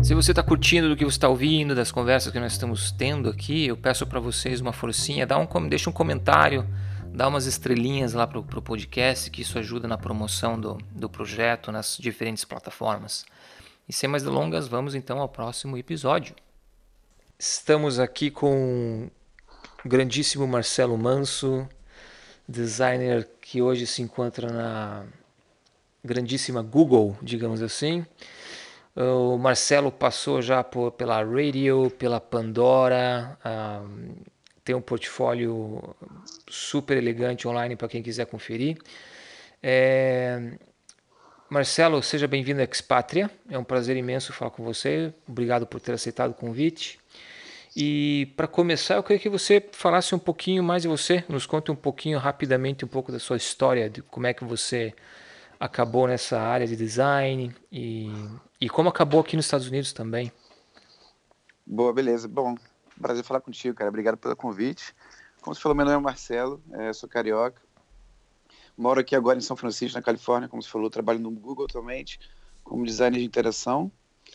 Se você está curtindo do que você está ouvindo, das conversas que nós estamos tendo aqui, eu peço para vocês uma forcinha, deixa um comentário, dá umas estrelinhas lá pro podcast, que isso ajuda na promoção do projeto nas diferentes plataformas. E sem mais delongas, vamos então ao próximo episódio. Estamos aqui com o grandíssimo Marcelo Manso, designer que hoje se encontra na grandíssima Google, digamos assim. O Marcelo passou já pela Radio, pela Pandora, tem um portfólio super elegante online para quem quiser conferir. Marcelo, seja bem-vindo à Expatria, é um prazer imenso falar com você, obrigado por ter aceitado o convite. E para começar, eu queria que você falasse um pouquinho mais de você, nos conte um pouquinho rapidamente um pouco da sua história, de como é que você acabou nessa área de design e como acabou aqui nos Estados Unidos também. Boa, beleza. Bom, prazer falar contigo, cara. Obrigado pelo convite. Como você falou, meu nome é Marcelo, sou carioca. Moro aqui agora em São Francisco, na Califórnia, como você falou, trabalho no Google atualmente, como designer de interação.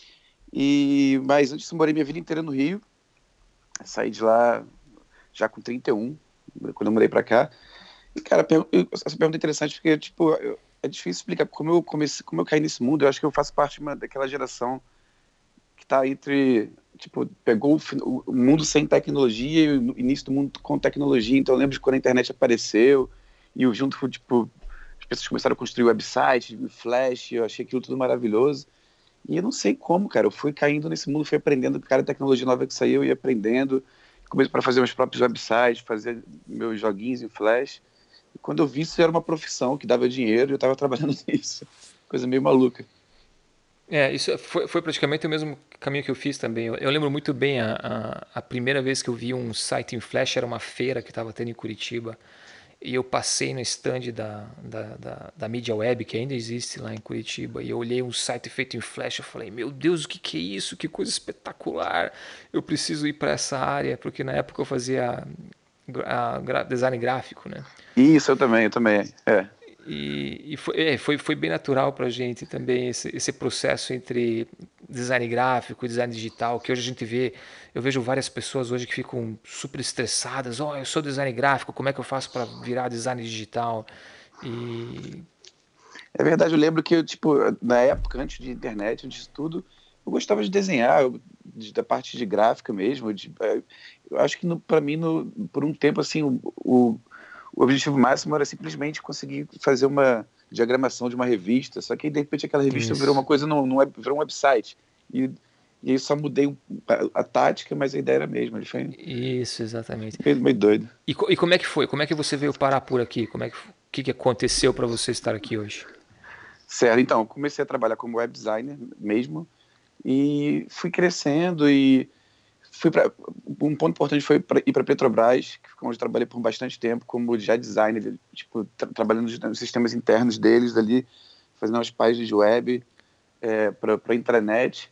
Mas antes eu morei minha vida inteira no Rio. Saí de lá já com 31, quando eu mudei pra cá. E, cara, essa pergunta é interessante porque, tipo, é difícil explicar como eu caí nesse mundo. Eu acho que eu faço parte daquela geração que tá entre, tipo, pegou o mundo sem tecnologia e o início do mundo com tecnologia. Então eu lembro de quando a internet apareceu e junto, tipo, as pessoas começaram a construir websites, Flash, eu achei aquilo tudo maravilhoso. E eu não sei como, cara, eu fui caindo nesse mundo, fui aprendendo, cada tecnologia nova que saiu, eu ia aprendendo, comecei para fazer meus próprios websites, fazer meus joguinhos em Flash. E quando eu vi, isso era uma profissão que dava dinheiro e eu estava trabalhando nisso. Coisa meio maluca. Isso foi praticamente o mesmo caminho que eu fiz também. Eu lembro muito bem a primeira vez que eu vi um site em Flash, era uma feira que estava tendo em Curitiba. E eu passei no stand da Mídia Web, que ainda existe lá em Curitiba, e eu olhei um site feito em Flash, eu falei, meu Deus, o que é isso? Que coisa espetacular! Eu preciso ir para essa área, porque na época eu fazia design gráfico, né? Isso, eu também. E foi bem natural para a gente também esse processo entre design gráfico e design digital, que hoje a gente vê, eu vejo várias pessoas hoje que ficam super estressadas, eu sou design gráfico, como é que eu faço para virar design digital? E É verdade, eu lembro que eu, tipo, na época, antes de internet, antes de tudo, eu gostava de desenhar, da parte de gráfica mesmo. Eu acho que, para mim, por um tempo, assim, o objetivo máximo era simplesmente conseguir fazer uma diagramação de uma revista, só que aí, de repente, aquela revista virou uma coisa, virou um website. E aí só mudei a tática, mas a ideia era a mesma. Ele foi isso, exatamente. meio doido. E como é que foi? Como é que você veio parar por aqui? O que aconteceu para você estar aqui hoje? Certo, então, comecei a trabalhar como web designer mesmo, e fui crescendo e um ponto importante foi ir para Petrobras, onde trabalhei por bastante tempo como já designer, tipo, trabalhando nos sistemas internos deles ali, fazendo as páginas de web para a intranet.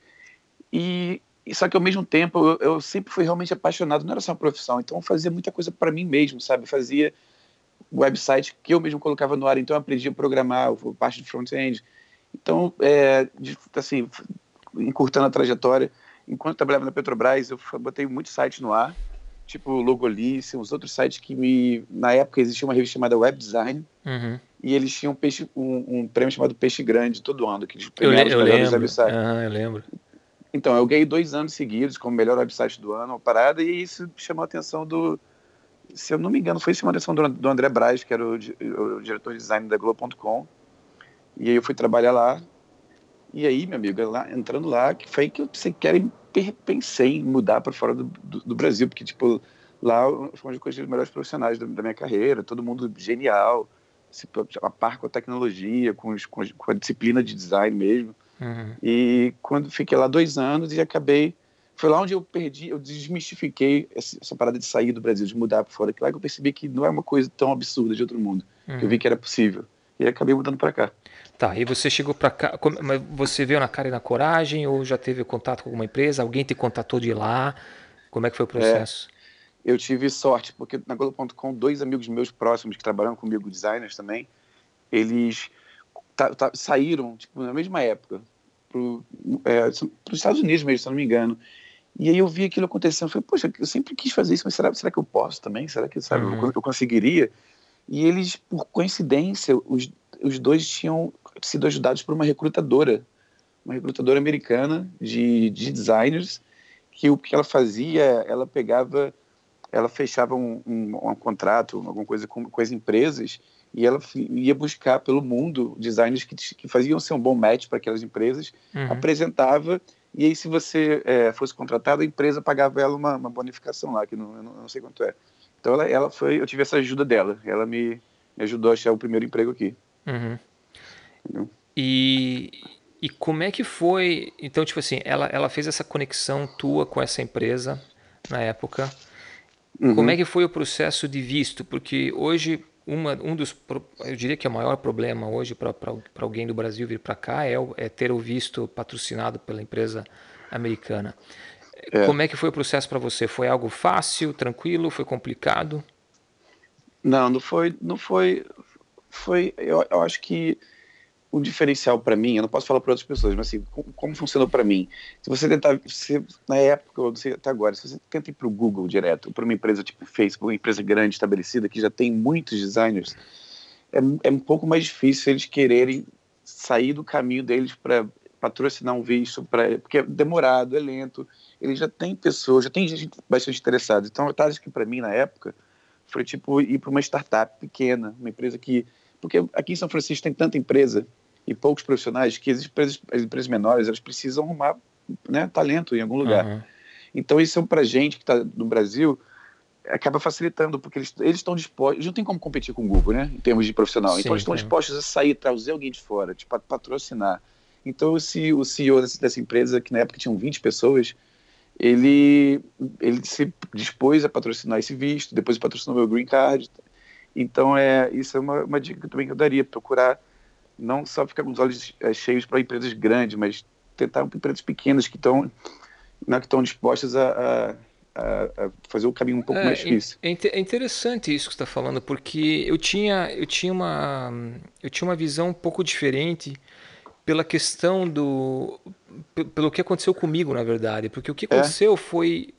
E só que ao mesmo tempo eu sempre fui realmente apaixonado, não era só uma profissão, então eu fazia muita coisa para mim mesmo, sabe? Fazia website que eu mesmo colocava no ar, então eu aprendi a programar parte de front-end. Então, assim, encurtando a trajetória, enquanto eu trabalhava na Petrobras, eu botei muitos sites no ar, tipo Logolice, uns outros sites na época existia uma revista chamada Web Design, e eles tinham um prêmio chamado Peixe Grande todo ano, que eles premiavam os melhores websites. Eu lembro. Então, eu ganhei 2 anos seguidos como melhor website do ano, uma parada, e isso chamou a atenção se eu não me engano, foi chamou a atenção do André Braz, que era o diretor de design da Globo.com, e aí eu fui trabalhar lá. E aí, meu amigo, entrando lá, que foi que eu pensei em mudar para fora do Brasil, porque, tipo, lá foi onde eu conheci os melhores profissionais da minha carreira, todo mundo genial, a par com a tecnologia, com a disciplina de design mesmo. E quando fiquei lá 2 anos e foi lá onde eu desmistifiquei essa parada de sair do Brasil, de mudar para fora, que lá que eu percebi que não é uma coisa tão absurda de outro mundo, que eu vi que era possível. E acabei mudando para cá. Tá, e você chegou para cá, mas você veio na cara e na coragem ou já teve contato com alguma empresa? Alguém te contatou de lá? Como é que foi o processo? Eu tive sorte, porque na Globo.com, 2 amigos meus próximos que trabalham comigo, designers também, eles saíram tipo, na mesma época. os Estados Unidos mesmo, se eu não me engano. E aí eu vi aquilo acontecendo, eu falei, poxa, eu sempre quis fazer isso, mas será que eu posso também? Será que, sabe, eu conseguiria? E eles, por coincidência, os dois tinham sido ajudados por uma recrutadora americana de designers, que o que ela fazia, ela fechava um contrato, alguma coisa com as empresas, e ela ia buscar pelo mundo designers que faziam ser um bom match para aquelas empresas, apresentava, e aí se você fosse contratado, a empresa pagava ela uma bonificação lá, que eu não sei quanto é. Então eu tive essa ajuda dela, ela me ajudou a achar o primeiro emprego aqui. Entendeu? E como é que foi? Então, tipo assim, ela fez essa conexão tua com essa empresa na época. Como é que foi o processo de visto? Porque hoje eu diria que o maior problema hoje para alguém do Brasil vir para cá é ter o visto patrocinado pela empresa americana. Como é que foi o processo para você? Foi algo fácil, tranquilo? Foi complicado? Não foi. Eu acho que o diferencial para mim, eu não posso falar para outras pessoas, mas assim, como funcionou para mim? Se você tentar, na época, eu não sei até agora, se você tenta ir para o Google direto, ou para uma empresa tipo Facebook, uma empresa grande, estabelecida, que já tem muitos designers, é um pouco mais difícil eles quererem sair do caminho deles para patrocinar um visto, porque é demorado, é lento, ele já tem pessoas, já tem gente bastante interessada. Então, a vantagem que para mim, na época, foi tipo ir para uma startup pequena, uma empresa que... Porque aqui em São Francisco tem tanta empresa e poucos profissionais que as empresas menores, elas precisam arrumar, né, talento em algum lugar. Então, isso para a gente que está no Brasil acaba facilitando, porque eles estão dispostos, eles não tem como competir com o Google, né, em termos de profissional. Então, eles estão dispostos a sair, trazer alguém de fora, tipo, patrocinar. Então, o CEO dessa empresa, que na época tinham 20 pessoas, ele se dispôs a patrocinar esse visto, depois patrocinou meu green card. Então, isso é uma dica também que eu daria, procurar não só ficar com os olhos cheios para empresas grandes, mas tentar empresas pequenas que estão dispostas a fazer o caminho um pouco mais difícil. É interessante isso que você está falando, porque eu tinha uma visão um pouco diferente pela questão pelo que aconteceu comigo, na verdade. Porque o que aconteceu foi...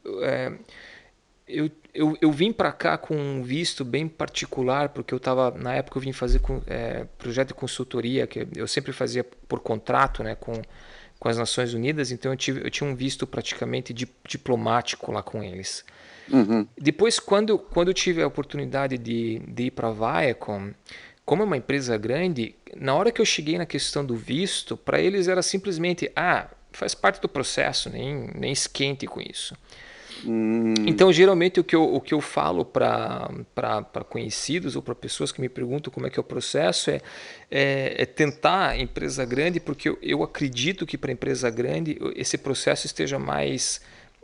Eu vim para cá com um visto bem particular, porque na época eu vim fazer projeto de consultoria, que eu sempre fazia por contrato, né, com as Nações Unidas, então eu tinha um visto praticamente diplomático lá com eles. Depois, quando eu tive a oportunidade de ir para a Viacom, como é uma empresa grande, na hora que eu cheguei na questão do visto, para eles era simplesmente, faz parte do processo, nem esquente com isso. Então, geralmente, o que eu falo para conhecidos ou para pessoas que me perguntam como é que é o processo é tentar empresa grande, porque eu acredito que para empresa grande esse processo esteja mais...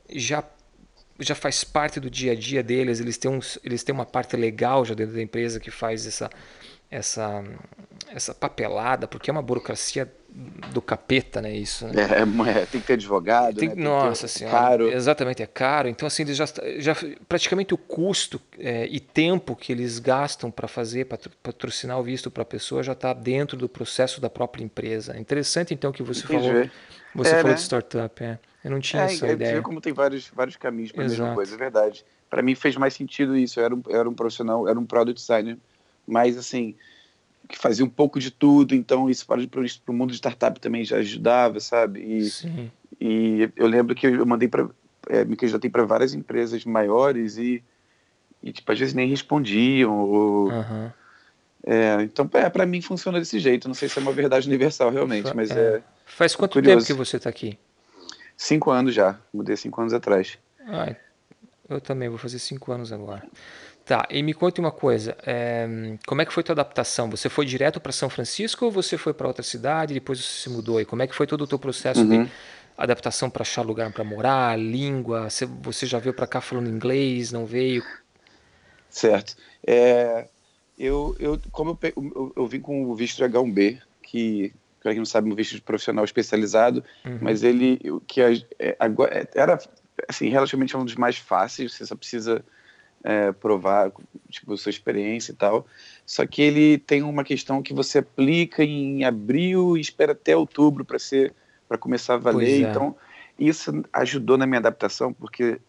Já faz parte do dia a dia deles, eles têm uma parte legal já dentro da empresa que faz essa papelada, porque é uma burocracia do capeta, né, isso, né? Tem que ter advogado, né? Nossa senhora, caro. exatamente, é caro. Então, assim, eles já praticamente o custo e tempo que eles gastam para patrocinar o visto para a pessoa já está dentro do processo da própria empresa. Interessante, então, que você falou Né? de startup. Eu não tinha essa Você ideia. vê como tem vários caminhos para a mesma Exato. coisa, é verdade. Para mim fez mais sentido isso. Eu era um profissional, era um product designer, mas assim, que fazia um pouco de tudo, então isso para o mundo de startup também já ajudava, sabe? Sim. E eu lembro que eu me candidatei para várias empresas maiores e tipo, às vezes nem respondiam. Então, para mim funciona desse jeito. Não sei se é uma verdade universal realmente, mas Faz quanto curioso. tempo que você está aqui? 5 anos já. Mudei 5 anos atrás. Eu também vou fazer 5 anos agora. Tá, e me conte uma coisa, como é que foi tua adaptação? Você foi direto para São Francisco ou você foi para outra cidade e depois você se mudou? E como é que foi todo o teu processo de adaptação para achar lugar para morar, língua? Você já veio para cá falando inglês, não veio? Certo. Eu vim com o visto de H1B, que, para quem não sabe, é um visto de profissional especializado, mas ele era assim, relativamente um dos mais fáceis, você só precisa provar tipo, sua experiência e tal. Só que ele tem uma questão que você aplica em abril e espera até outubro para ser para começar a Pois valer. é. Então, isso ajudou na minha adaptação, porque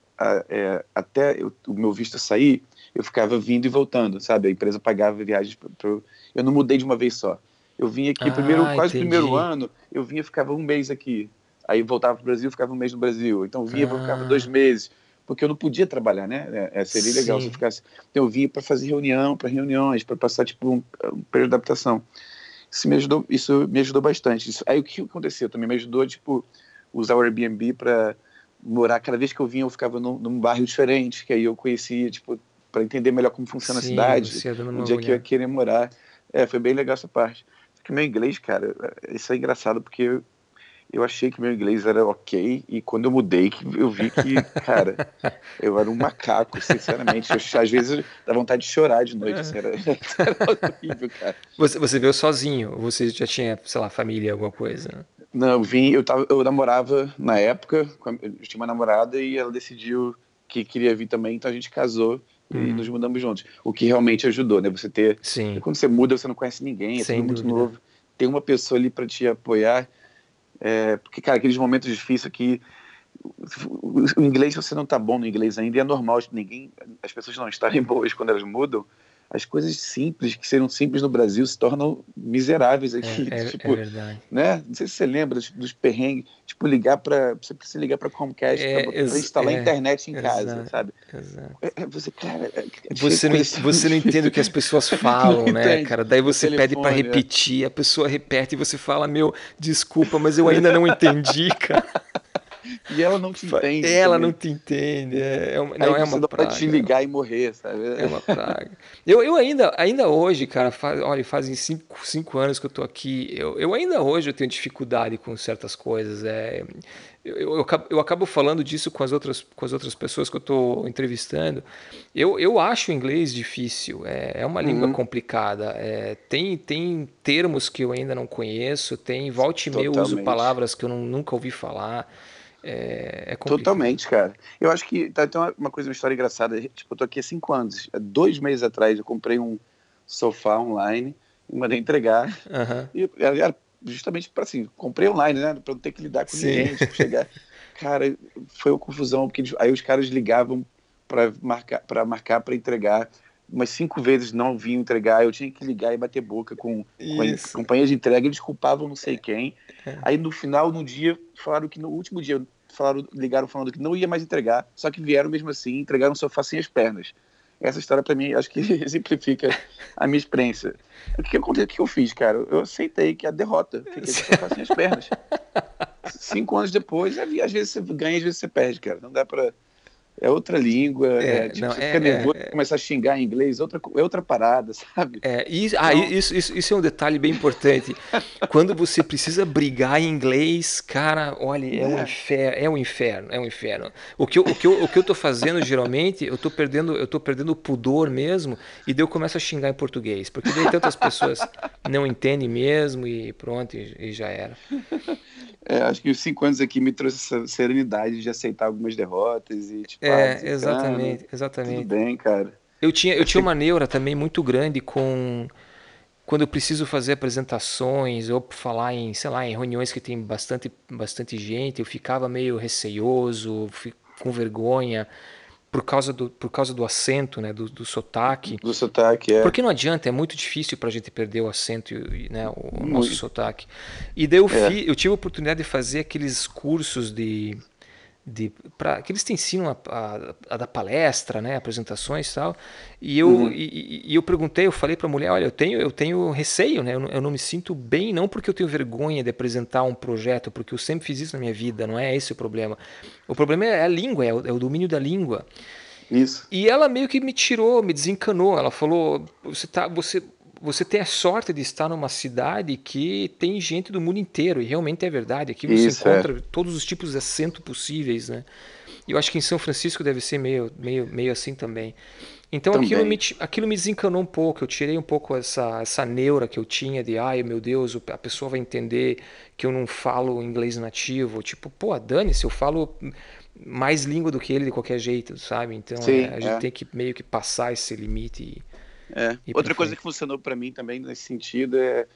o meu visto sair, eu ficava vindo e voltando, sabe? A empresa pagava viagens. Eu não mudei de uma vez só. Eu vinha aqui, Ah, quase o primeiro entendi. ano, eu vinha e ficava um mês aqui. Aí voltava para o Brasil, ficava um mês no Brasil. Então vinha e ficava dois Ah, meses, porque eu não podia trabalhar, né? Seria legal se eu sim, ficasse. Então eu vinha para fazer reunião, para reuniões, para passar tipo um período de adaptação. Isso me ajudou bastante. Aí o que aconteceu? Também me ajudou, tipo, usar o Airbnb para morar. Cada vez que eu vinha, eu ficava num bairro diferente, que aí eu conhecia, tipo, para entender melhor como funciona a sim, cidade, você ia dando uma onde é que eu ia olhada. querer morar. Foi bem legal essa parte. Só que meu inglês, cara, isso é engraçado porque eu achei que meu inglês era ok, e quando eu mudei, eu vi que, cara, eu era um macaco, sinceramente. Às vezes dá vontade de chorar de noite, assim, era horrível, cara. Você veio sozinho, ou você já tinha, sei lá, família, alguma coisa? Não, eu namorava na época, eu tinha uma namorada e ela decidiu que queria vir também, então a gente casou e nos Uhum. mudamos juntos. O que realmente ajudou, né? Sim, Quando você muda, você não conhece ninguém, é tudo sem muito dúvida. novo. Tem uma pessoa ali para te apoiar, porque, cara, aqueles momentos difíceis aqui, o inglês, você não tá bom no inglês ainda, e é normal, as pessoas não estarem boas quando elas mudam. As coisas simples, que seriam simples no Brasil, se tornam miseráveis aqui. É Tipo, verdade. né? Não sei se você lembra dos perrengues, tipo, você precisa ligar para Comcast para instalar a internet em casa, Exato, sabe? exato. Você, cara, coisas tão Você não entende o difíceis. que as pessoas Não falam, né, entende. cara? Daí No você pede pra telefone, repetir, a pessoa repete e você fala, meu, desculpa, mas eu ainda não entendi, cara. e ela não te entende Ela não também. te entende, Aí não, é você uma não pode te praga. ligar e morrer, sabe? É uma praga. Eu ainda hoje, cara, olha, fazem cinco anos que eu tô aqui. Eu ainda hoje eu tenho dificuldade com certas coisas. Eu acabo falando disso com as outras pessoas que eu tô entrevistando. Eu acho o inglês difícil. É uma língua Uhum, complicada. Tem termos que eu ainda não conheço. Tem volta e meia eu uso totalmente. palavras que eu nunca ouvi falar. É complicado. Totalmente, cara. Eu acho que tem uma coisa, uma história engraçada. Tipo, eu tô aqui há 5 anos. Há 2 meses atrás, eu comprei um sofá online e mandei entregar. Aham. E era justamente para assim, comprei online, né? Para não ter que lidar com Sim. ninguém, tipo, chegar. Cara, foi uma confusão, porque aí os caras ligavam para marcar para entregar. Umas 5 vezes não vinham entregar, eu tinha que ligar e bater boca com a Isso. companhia de entrega, eles culpavam não sei quem. Aí no final, no dia, falaram que no último dia, ligaram falando que não ia mais entregar, só que vieram mesmo assim, entregaram o sofá sem as pernas. Essa história, para mim, acho que exemplifica a minha experiência. O que eu fiz, cara? Eu aceitei que a derrota, fiquei com o sofá sem as pernas. 5 anos depois, às vezes você ganha, às vezes você perde, cara. Não dá pra. É outra língua, tipo, Não, você fica nervoso, começar a xingar em inglês, é outra parada, sabe? Então, isso é um detalhe bem importante. Quando você precisa brigar em inglês, cara, olha, né? é um inferno, é um inferno. O que eu tô fazendo geralmente, eu tô perdendo o pudor mesmo, e daí eu começo a xingar em português, porque daí tantas pessoas não entendem mesmo e pronto, e já era. Acho que os 5 anos aqui me trouxe essa serenidade de aceitar algumas derrotas e, tipo, desencana, Exatamente, tudo exatamente. bem, cara. Eu Eu tinha sei. uma neura também muito grande com quando eu preciso fazer apresentações ou falar em, sei lá, em reuniões que tem bastante gente, eu ficava meio receioso, com vergonha por causa do acento, né, do sotaque. Do sotaque, Porque não adianta, é muito difícil para a gente perder o acento né, o nosso muito. sotaque. E daí É. eu tive a oportunidade de fazer aqueles cursos que eles te ensinam a dar palestra, né, apresentações e tal. Uhum. E eu perguntei, eu falei para a mulher, olha, eu tenho receio, né, eu não me sinto bem, não porque eu tenho vergonha de apresentar um projeto, porque eu sempre fiz isso na minha vida, não é esse o problema. O problema é a língua, é o domínio da língua. Isso. E ela meio que me tirou, me desencanou. Ela falou: você tem a sorte de estar numa cidade que tem gente do mundo inteiro, e realmente é verdade. Aqui você Isso, é. encontra todos os tipos de acento possíveis, né? E eu acho que em São Francisco deve ser meio assim também. Então Também. aquilo me desencanou um pouco. Eu tirei um pouco essa neura que eu tinha de, ai meu Deus, a pessoa vai entender que eu não falo inglês nativo. Tipo, pô, dane-se, eu falo mais língua do que ele de qualquer jeito, sabe? Então Sim, a gente é. tem que meio que passar esse limite e ir pra Outra coisa que frente. funcionou para mim também nesse sentido é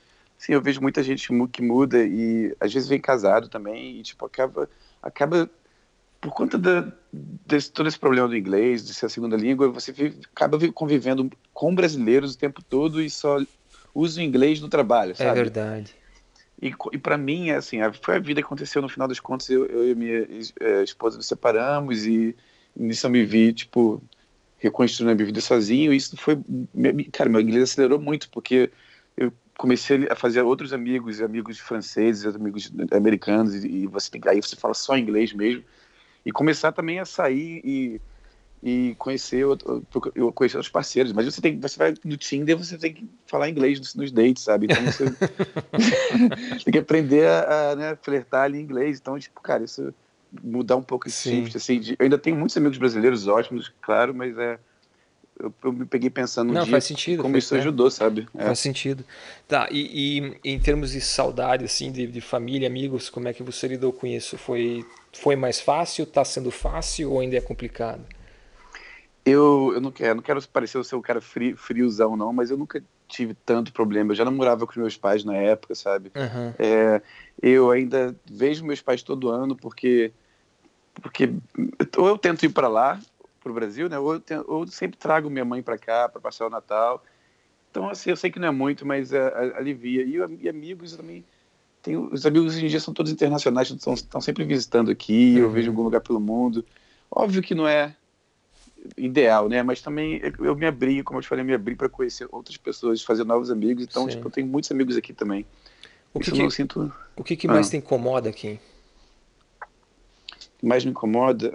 sim, eu vejo muita gente que muda e às vezes vem casado também e, tipo, acaba por conta todo esse problema do inglês, de ser a segunda língua, você acaba convivendo com brasileiros o tempo todo e só usa o inglês no trabalho, É sabe? verdade. E para mim, é assim, foi a vida que aconteceu no final das contas, eu e minha esposa nos separamos e nisso eu me vi, tipo, reconstruindo a minha vida sozinho, e isso foi, cara, meu inglês acelerou muito, porque eu comecei a fazer outros amigos, amigos franceses, amigos americanos, e você aí você fala só inglês mesmo, e começar também a sair e conhecer eu conhecer outros parceiros, mas você vai no Tinder, você tem que falar inglês nos dates, sabe? Então você tem que aprender né, flertar ali em inglês, então tipo, cara, isso mudar um pouco esse Sim. shift, assim, eu ainda tenho muitos amigos brasileiros ótimos, claro, mas eu me peguei pensando um Não, dia faz sentido, como isso ajudou, sabe? faz sentido. Tá, e em termos de saudade, assim, de família, amigos, como é que você lidou com isso? Foi mais fácil, tá sendo fácil ou ainda é complicado? Eu não quero parecer o seu cara friozão, não, mas eu nunca tive tanto problema. Eu já namorava com meus pais na época, sabe? Aham. É, eu ainda vejo meus pais todo ano porque ou eu tento ir para lá, para o Brasil, né? Ou eu sempre trago minha mãe para cá para passar o Natal. Então, assim, eu sei que não é muito, mas alivia. E amigos eu também. Os amigos hoje em dia são todos internacionais, estão sempre visitando aqui, eu vejo em Uhum. algum lugar pelo mundo. Óbvio que não é ideal, né? Mas também eu me abri, como eu te falei, eu me abri para conhecer outras pessoas, fazer novos amigos. Então, tipo, Sim. eu tenho muitos amigos aqui também. O que Isso eu não que, sinto. o que que mais Ah, te incomoda aqui? mais me incomoda.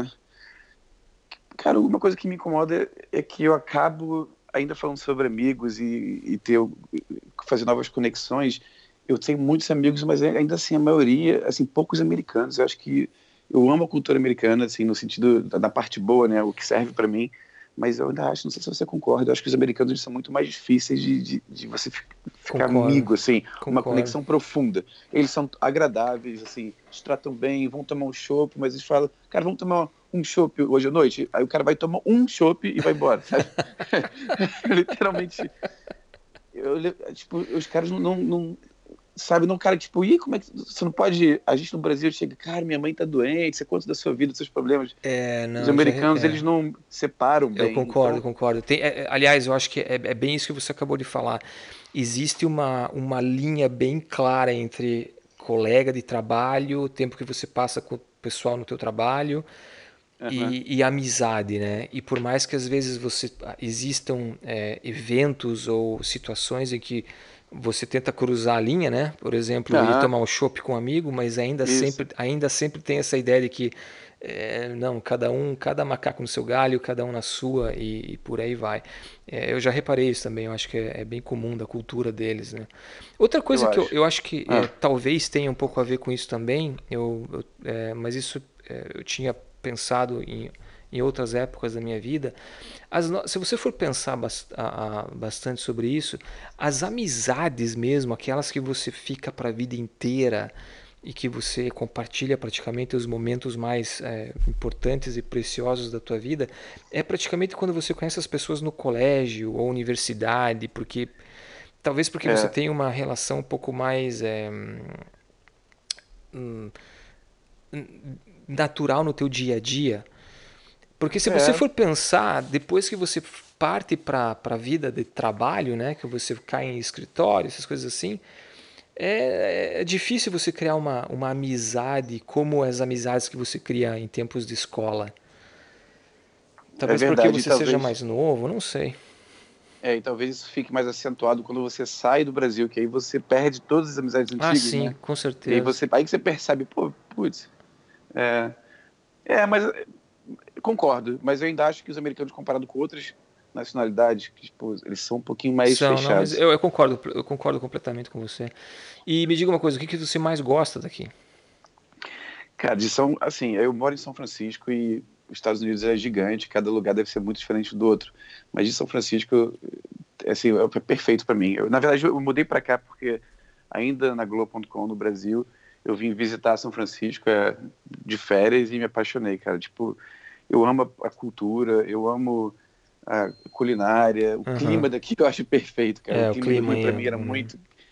Cara, uma coisa que me incomoda é que eu acabo ainda falando sobre amigos e fazer novas conexões. Eu tenho muitos amigos, mas ainda assim a maioria, assim, poucos americanos. Eu acho que eu amo a cultura americana, assim, no sentido da parte boa, né? O que serve para mim. Mas eu ainda acho, não sei se você concorda, eu acho que os americanos eles são muito mais difíceis de você ficar Concordo, amigo, assim, uma concordo. conexão profunda. Eles são agradáveis, assim, te tratam bem, vão tomar um chopp, mas eles falam, cara, vamos tomar um chopp hoje à noite? Aí o cara vai tomar um chopp e vai embora, sabe? Literalmente, tipo, os caras não sabe, não, cara, tipo, e como é que você não pode, a gente no Brasil chega, cara, minha mãe tá doente, você conta da sua vida, dos seus problemas. É, Os não, americanos, eles não separam eu bem, concordo, então, concordo. Aliás, eu acho que é bem isso que você acabou de falar. Existe uma linha bem clara entre colega de trabalho, o tempo que você passa com o pessoal no teu trabalho aham. e amizade, né? E por mais que às vezes existam eventos ou situações em que você tenta cruzar a linha, né? Por exemplo, ir Aham, tomar um chopp com um amigo, mas isso, ainda sempre tem essa ideia de que não, cada macaco no seu galho, cada um na sua e por aí vai. Eu já reparei isso também, eu acho que é bem comum da cultura deles, né? Outra eu coisa que eu, acho. eu acho que Ah, talvez tenha um pouco a ver com isso também, mas isso eu tinha pensado em outras épocas da minha vida. Se você for pensar bastante sobre isso, as amizades mesmo, aquelas que você fica para a vida inteira e que você compartilha praticamente os momentos mais importantes e preciosos da tua vida, é praticamente quando você conhece as pessoas no colégio ou universidade, porque talvez porque você é, tem uma relação um pouco mais natural no teu dia a dia. Porque se você é, for pensar, depois que você parte para a vida de trabalho, né, que você cai em escritório, essas coisas assim, é difícil você criar uma amizade como as amizades que você cria em tempos de escola. é Talvez porque verdade, você seja mais novo, não sei. e talvez isso fique mais acentuado quando você sai do Brasil, que aí você perde todas as amizades Ah, antigas, sim, né? com E certeza. aí que você percebe, pô, putz, é, mas concordo, mas eu ainda acho que os americanos, comparado com outras nacionalidades, que, tipo, eles são um pouquinho mais São, não, mas fechados. eu concordo completamente com você. E me diga uma coisa, o que você mais gosta daqui? Cara, assim, eu moro em São Francisco e os Estados Unidos é gigante, cada lugar deve ser muito diferente do outro. Mas de São Francisco, assim, é perfeito para mim. Na verdade, eu mudei para cá porque ainda na Globo.com no Brasil, eu vim visitar São Francisco de férias e me apaixonei, cara. Tipo, eu amo a cultura, eu amo a culinária, o Aham. clima daqui eu acho perfeito, cara. O É, o clima do clima Rio aí para é mim era bom, né? muito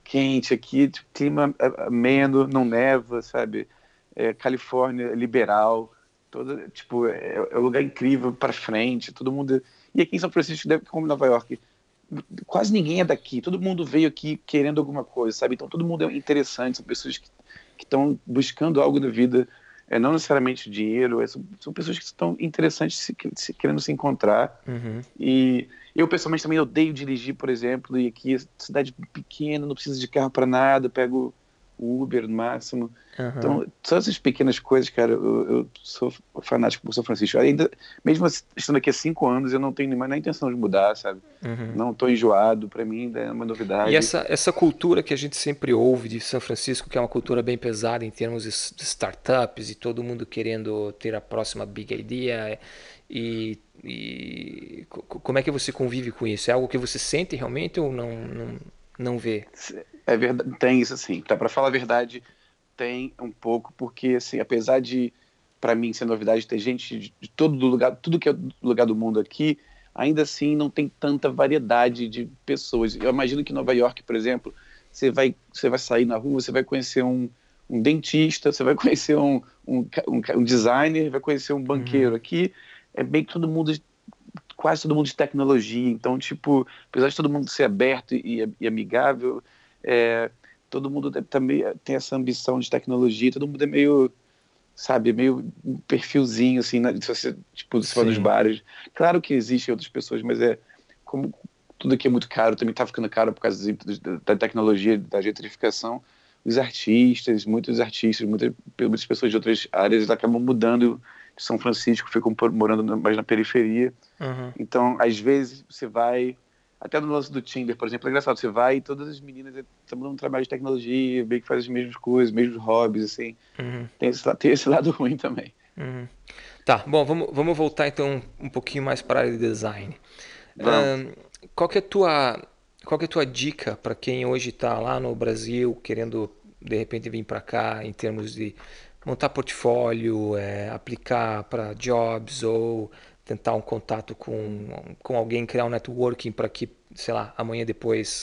quente aqui, tipo, clima ameno, não neva, sabe? Califórnia liberal, tipo, é um lugar incrível para frente, todo mundo. E aqui em São Francisco, como em Nova York, quase ninguém é daqui, todo mundo veio aqui querendo alguma coisa, sabe? Então todo mundo é interessante, são pessoas que estão buscando algo na vida, não necessariamente dinheiro, são pessoas que estão interessantes, querendo se encontrar. Uhum. E eu pessoalmente também odeio dirigir, por exemplo, e aqui cidade pequena, não precisa de carro para nada, pego o Uber no máximo. Uhum. Então, todas essas pequenas coisas, cara, eu sou fanático por São Francisco. Ainda, mesmo estando aqui há 5 anos, eu não tenho nem intenção de mudar, sabe? Uhum. Não estou enjoado, para mim ainda é uma E novidade. essa cultura que a gente sempre ouve de São Francisco, que é uma cultura bem pesada em termos de startups e todo mundo querendo ter a próxima big idea, como é que você convive com isso? É algo que você sente realmente ou não vê? É verdade, tem isso assim. Tá, para falar a verdade, tem um pouco, porque assim, apesar de para mim ser novidade ter gente de todo lugar, tudo que é do lugar do mundo aqui, ainda assim não tem tanta variedade de pessoas. Eu imagino que em Nova York, por exemplo, você vai sair na rua, você vai conhecer um dentista, você vai conhecer um designer, vai conhecer um banqueiro. Uhum. Aqui é bem que todo mundo, quase todo mundo de tecnologia, então, tipo, apesar de todo mundo ser aberto e amigável, é, todo mundo também tem essa ambição de tecnologia, todo mundo é meio, sabe, meio um perfilzinho, assim, se você, tipo, se for nos Sim. bares. Claro que existem outras pessoas, mas como tudo aqui é muito caro, também tá ficando caro por causa da tecnologia, da gentrificação, os artistas, muitas pessoas de outras áreas acabam mudando de São Francisco, ficam morando mais na periferia. Uhum. Então, às vezes, você vai. Até no lance do Tinder, por exemplo, é engraçado. Você vai e todas as meninas estão dando trabalho de tecnologia, meio que fazem as mesmas coisas, mesmos hobbies, assim. Uhum. Tem esse lado ruim também. Uhum. Tá, bom, vamos voltar então um pouquinho mais para a área de design. Vamos. Qual que é a tua dica para quem hoje está lá no Brasil querendo de repente vir para cá em termos de montar portfólio, aplicar para jobs ou tentar um contato com alguém, criar um networking para que, sei lá, amanhã depois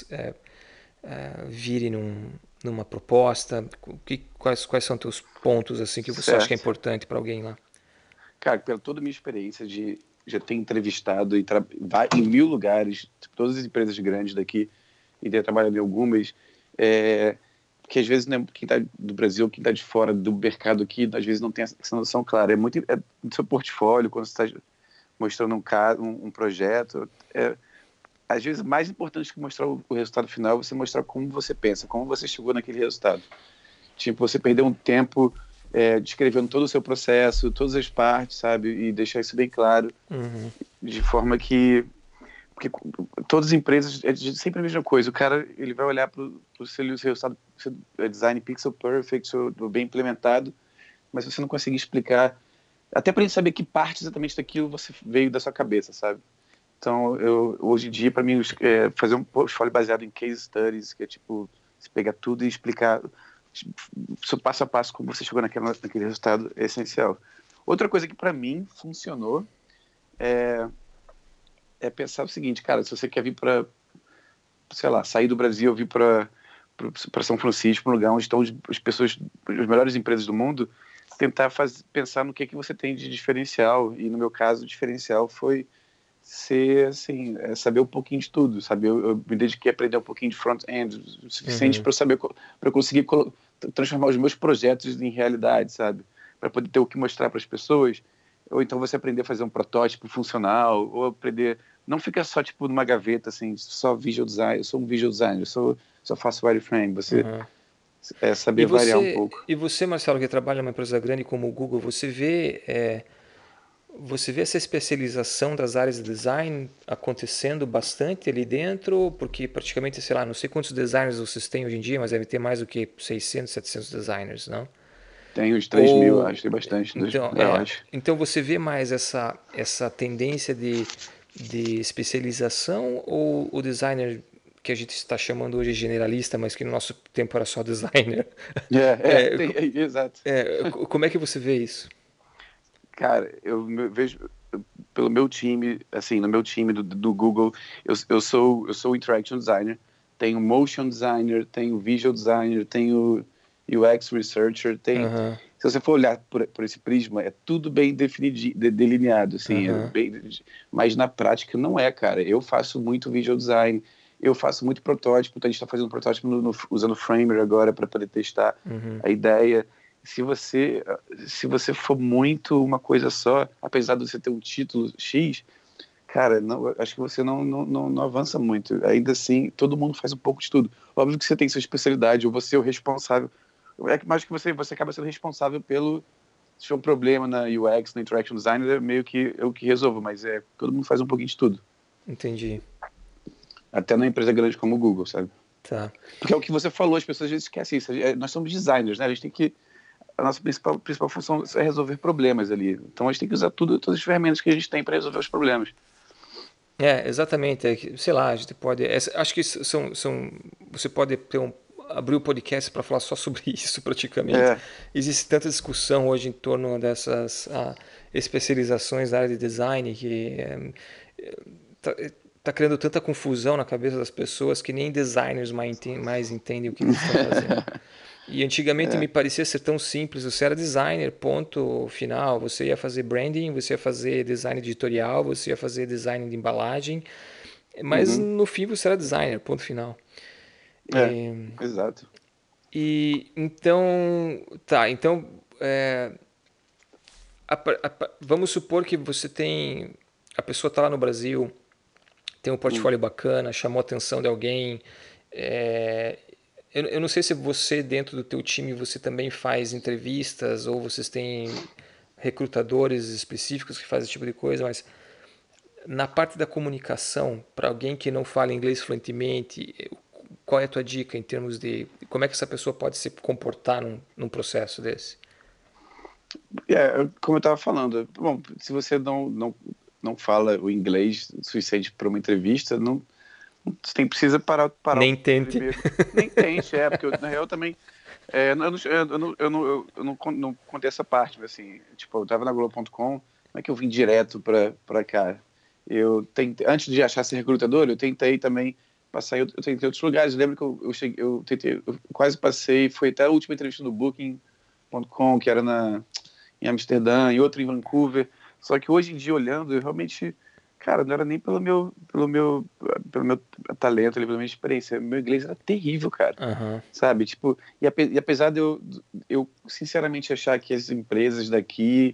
vire numa proposta? Quais são teus pontos assim que você acha que é Certo. importante para alguém lá? Cara, pela toda a minha experiência de já ter entrevistado vai em 1000 lugares, tipo, todas as empresas grandes daqui, e ter trabalhado em algumas, é, que às vezes, né, quem está do Brasil, quem está de fora do mercado aqui, às vezes não tem essa noção clara. É do seu portfólio, quando você está mostrando um caso, um projeto. Às vezes, mais importante que mostrar o resultado final é você mostrar como você pensa, como você chegou naquele resultado. Tipo, você perdeu um tempo descrevendo todo o seu processo, todas as partes, sabe? E deixar isso bem claro, Uhum. de forma que. Porque todas as empresas é sempre a mesma coisa. O cara ele vai olhar para o seu resultado, seu design pixel perfect, bem implementado, mas você não conseguir explicar, até para ele saber que parte exatamente daquilo você veio da sua cabeça, sabe? Então, hoje em dia, para mim, fazer um portfólio baseado em case studies, que é tipo, você pegar tudo e explicar passo a passo como você chegou naquele resultado, é essencial. Outra coisa que para mim funcionou é pensar o seguinte, cara, se você quer vir para, sei lá, sair do Brasil, vir para São Francisco, um lugar onde estão as pessoas, as melhores empresas do mundo, tentar pensar no que você tem de diferencial. E no meu caso, o diferencial foi ser, assim, saber um pouquinho de tudo, sabe? Eu me dediquei a aprender um pouquinho de front-end, o suficiente Uhum. para eu saber, para eu conseguir transformar os meus projetos em realidade, sabe? Para poder ter o que mostrar para as pessoas. Ou então você aprender a fazer um protótipo funcional, ou aprender. Não fica só, tipo, numa gaveta, assim, só visual design. Eu sou um visual designer, só faço wireframe. Você Uhum. saber variar um pouco. E você, Marcelo, que trabalha numa empresa grande como o Google, você vê essa especialização das áreas de design acontecendo bastante ali dentro? Porque praticamente, sei lá, não sei quantos designers vocês têm hoje em dia, mas deve ter mais do que 600, 700 designers, não? Tem uns 3.000, Ou acho, tem bastante, então, eu acho. então você vê mais essa tendência de especialização ou o designer que a gente está chamando hoje de generalista, mas que no nosso tempo era só designer? É, Exato. como é que você vê isso? Cara, vejo pelo meu time, assim, no meu time do Google, eu sou o Interaction Designer, tem o motion designer, tem o visual designer, tem o UX researcher, tem... Se você for olhar por esse prisma, é tudo bem definido, delineado, assim, mas na prática não é, cara. Eu faço muito visual design, eu faço muito protótipo, então a gente está fazendo protótipo usando Framer agora para poder testar a ideia. Se você for muito uma coisa só, apesar de você ter um título X, cara, acho que você não avança muito. Ainda assim, todo mundo faz um pouco de tudo. Óbvio que você tem sua especialidade, ou você é o responsável. É mais que você acaba sendo responsável pelo... Se tiver um problema na UX, na Interaction Design, é meio que eu que resolvo, mas todo mundo faz um pouquinho de tudo. Entendi. Até na empresa grande como o Google, sabe? Tá. Porque é o que você falou, as pessoas às vezes esquecem isso. Nós somos designers, né? A gente tem que... A nossa principal função é resolver problemas ali. Então a gente tem que usar todas as ferramentas que a gente tem para resolver os problemas. Exatamente. Sei lá, a gente pode... acho que você pode abrir o podcast para falar só sobre isso, praticamente. Existe tanta discussão hoje em torno dessas especializações da área de design que está criando tanta confusão na cabeça das pessoas que nem designers mais entendem o que eles estão fazendo. E antigamente me parecia ser tão simples. Você era designer, ponto final. Você ia fazer branding, você ia fazer design editorial, você ia fazer design de embalagem. Mas no fim você era designer, ponto final. Exato. E então, tá, então vamos supor que você tem, a pessoa está lá no Brasil, tem um portfólio bacana, chamou a atenção de alguém. Eu não sei se você, dentro do teu time, você também faz entrevistas ou vocês têm recrutadores específicos que fazem esse tipo de coisa, mas na parte da comunicação, para alguém que não fala inglês fluentemente, qual é a tua dica em termos de como é que essa pessoa pode se comportar num processo desse? Como eu estava falando, bom, se você não fala o inglês suficiente para uma entrevista, você precisa parar Nem tente. primeiro. Nem tente, porque na real também eu não contei essa parte, mas assim, tipo, eu estava na Globo.com, como é que eu vim direto para cá? Antes de achar ser recrutador, eu tentei também passar, eu tentei outros lugares. Eu lembro que eu quase passei, foi até a última entrevista no Booking.com, que era em Amsterdã, e outra em Vancouver. Só que hoje em dia, olhando, eu realmente, cara, não era nem pelo meu talento, pela minha experiência. Meu inglês era terrível, cara. Sabe? Tipo, e apesar de eu sinceramente achar que as empresas daqui,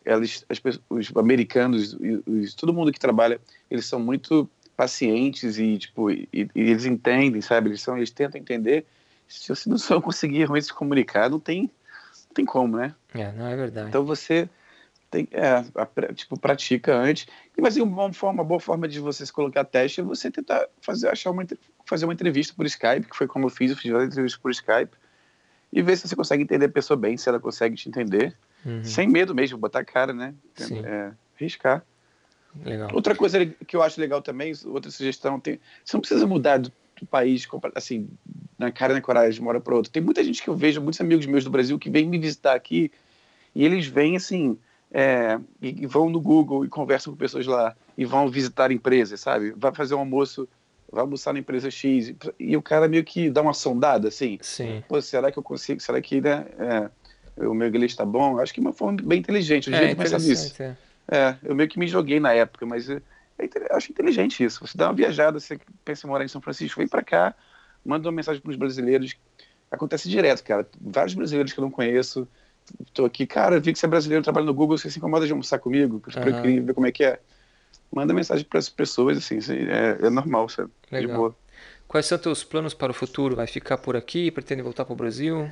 os americanos, todo mundo que trabalha, eles são muito pacientes e, tipo, e eles entendem, sabe? Eles tentam entender. Se você não conseguir realmente se comunicar, não tem como, né? Não é verdade. Então você tem, pratica antes. Mas uma boa forma de você se colocar a teste é você tentar fazer uma entrevista por Skype, que foi como eu fiz uma entrevista por Skype, e ver se você consegue entender a pessoa bem, se ela consegue te entender, sem medo mesmo, botar a cara, né? Arriscar. Legal. Outra coisa que eu acho legal também, outra sugestão, você não precisa mudar do país, assim, na cara e na coragem, de uma hora para outra. Tem muita gente que eu vejo, muitos amigos meus do Brasil que vêm me visitar aqui, e eles vêm assim, e vão no Google e conversam com pessoas lá, e vão visitar empresas, sabe? Vai fazer um almoço, vai almoçar na empresa X, e o cara meio que dá uma sondada, assim. Sim. Pô, será que eu consigo? Será que, né, o meu inglês está bom? Acho que é uma forma bem inteligente, eu devia ter pensado nisso. Eu meio que me joguei na época, mas eu acho inteligente isso. Você dá uma viajada, você pensa em morar em São Francisco, vem para cá, manda uma mensagem para os brasileiros. Acontece direto, cara. Vários brasileiros que eu não conheço. Tô aqui, cara, vi que você é brasileiro, trabalha no Google, você se incomoda de almoçar comigo? Eu queria ver como é que é. Manda mensagem para as pessoas, assim, é normal, sabe? Legal. De boa. Quais são teus planos para o futuro? Vai ficar por aqui? Pretende voltar para o Brasil?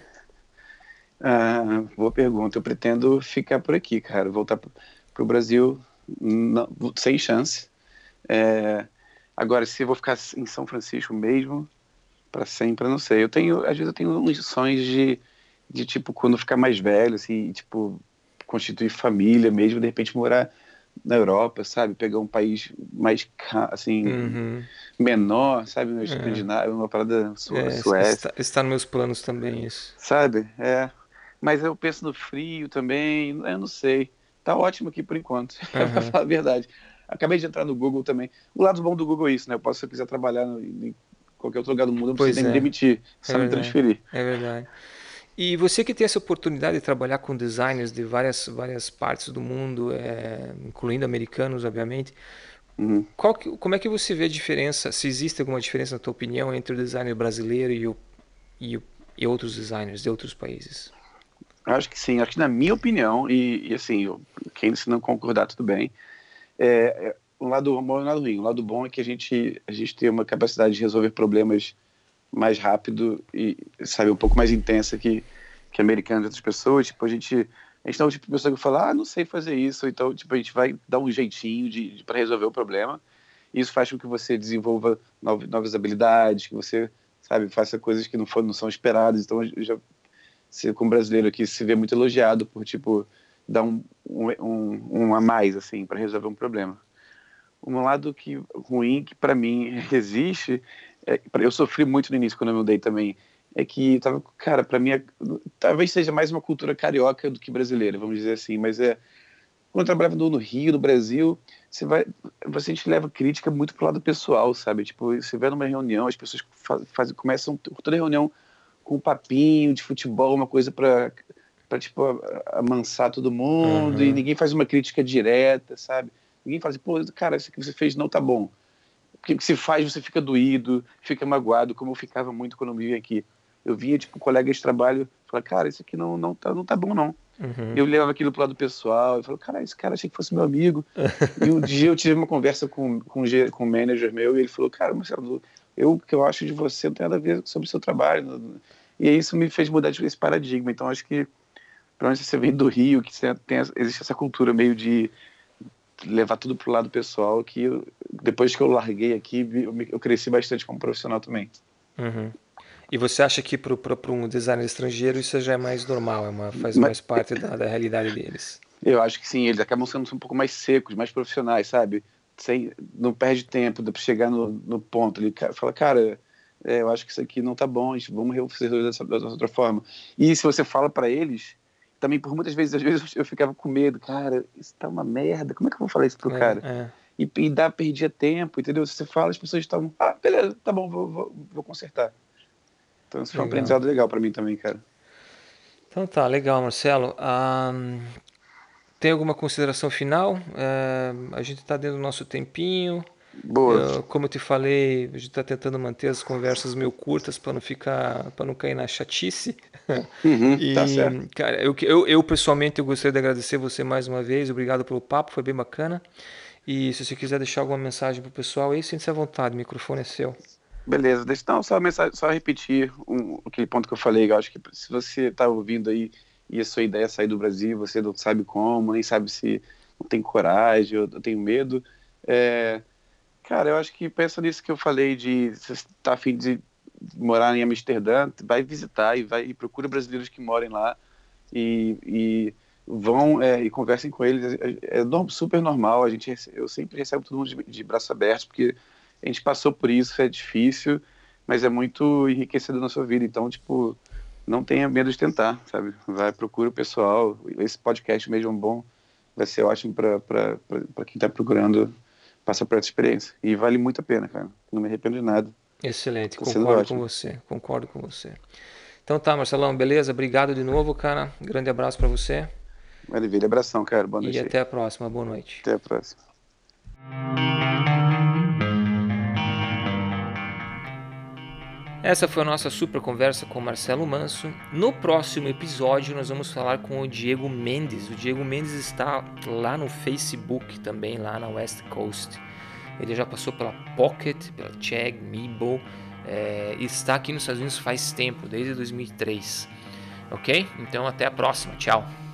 Boa pergunta. Eu pretendo ficar por aqui, cara. Voltar para o Brasil sem chance. Agora, se eu vou ficar em São Francisco mesmo, para sempre, eu não sei. Às vezes eu tenho uns sonhos de tipo, quando ficar mais velho, assim, tipo, constituir família mesmo, de repente morar na Europa, sabe? Pegar um país mais, assim, menor, sabe? Uma Escandinávia, uma parada Suécia. Está nos meus planos também isso. Sabe? Mas eu penso no frio também, eu não sei. Tá ótimo aqui por enquanto, pra falar a verdade. Acabei de entrar no Google também. O lado bom do Google é isso, né? Se eu quiser trabalhar qualquer outro lugar do mundo, não Pois precisa nem me é, demitir, é só me verdade, transferir. é verdade. E você que tem essa oportunidade de trabalhar com designers de várias partes do mundo, incluindo americanos, obviamente, Uhum. como é que você vê a diferença, se existe alguma diferença na tua opinião entre o designer brasileiro e, o- e outros designers de outros países? Eu acho que sim, acho que na minha opinião, e assim, quem se não concordar, tudo bem, um lado bom e um lado ruim. O lado bom é que a gente tem uma capacidade de resolver problemas mais rápido e, sabe, um pouco mais intensa que americanos e outras pessoas. Tipo, a gente não é o tipo de pessoa que fala, não sei fazer isso, então, tipo, a gente vai dar um jeitinho para resolver o problema. Isso faz com que você desenvolva novas habilidades, que você, sabe, faça coisas que não são esperadas. Então, você, como brasileiro aqui, se vê muito elogiado por, tipo, dar um a mais, assim, para resolver um problema. Um lado ruim que para mim existe, eu sofri muito no início quando eu mudei também, é que tava, cara, para mim talvez seja mais uma cultura carioca do que brasileira, vamos dizer assim, mas quando eu trabalhava no Rio, no Brasil, você a gente leva crítica muito pro lado pessoal, sabe? Tipo, você vai numa reunião, as pessoas começam toda reunião com um papinho de futebol, uma coisa para tipo amansar todo mundo, e Aham. ninguém faz uma crítica direta, sabe? Ninguém fala assim, pô, cara, isso que você fez não tá bom. Porque se faz, você fica doído, fica magoado, como eu ficava muito quando eu vivia aqui. Eu via, tipo, colegas de trabalho, falar, cara, isso aqui não tá bom, não. Uhum. Eu levava aquilo pro lado pessoal, eu falava, cara, esse cara achei que fosse meu amigo. E um dia eu tive uma conversa com um manager meu, e ele falou, cara, Marcelo, o que eu acho de você não tem nada a ver sobre o seu trabalho. E isso me fez mudar esse paradigma. Então, acho que, pelo menos você vem do Rio, que existe essa cultura meio de levar tudo pro lado pessoal, que depois que eu larguei aqui, eu cresci bastante como profissional também. Uhum. E você acha que para um designer estrangeiro isso já é mais normal, faz Mas mais parte da realidade deles? eu acho que sim, eles acabam sendo um pouco mais secos, mais profissionais, sabe? Não perde tempo de chegar no ponto. Ele fala, cara, eu acho que isso aqui não tá bom, vamos resolver dessa outra forma. E se você fala para eles, também por muitas vezes, às vezes eu ficava com medo, cara, isso tá uma merda, como é que eu vou falar isso pro cara? É. Perdia tempo, entendeu? Se você fala, as pessoas estavam, beleza, tá bom, vou consertar. Então isso foi um Legal. aprendizado legal para mim também, cara. Então tá, legal, Marcelo. Tem alguma consideração final? A gente está dentro do nosso tempinho. Boa. Como eu te falei, a gente está tentando manter as conversas meio curtas para não cair na chatice. Uhum, tá E, certo. cara, eu pessoalmente eu gostaria de agradecer você mais uma vez. Obrigado pelo papo, foi bem bacana. E se você quiser deixar alguma mensagem pro pessoal aí, sinta-se à vontade, o microfone é seu. Beleza, deixa então só, só repetir aquele ponto que eu falei. Eu acho que se você está ouvindo aí e a sua ideia é sair do Brasil, você não sabe como, nem sabe se não tem coragem ou tem medo, é, cara, eu acho que pensa nisso que eu falei de se você está a fim de morar em Amsterdã, vai visitar e procura brasileiros que morem lá e vão e conversem com eles. Super normal. Eu sempre recebo todo mundo de braço aberto, porque a gente passou por isso, é difícil, mas é muito enriquecedor na sua vida. Então, tipo, não tenha medo de tentar, sabe? Vai, procura o pessoal. Esse podcast mesmo é bom, vai ser ótimo para quem está procurando passar por essa experiência. E vale muito a pena, cara. Não me arrependo de nada. Excelente, Tá sendo concordo com ótimo. você, concordo com você. Então tá, Marcelão, beleza? Obrigado de novo, cara. Grande abraço para você Maravilha. Abração, cara. Boa e noite aí. até a próxima. Boa noite. Até a próxima. Essa foi a nossa super conversa com o Marcelo Manso. No próximo episódio nós vamos falar com o Diego Mendes. O Diego Mendes está lá no Facebook também, lá na West Coast. Ele já passou pela Pocket, pela Chegg, Meebo, e está aqui nos Estados Unidos faz tempo, desde 2003. Ok? Então até a próxima. Tchau.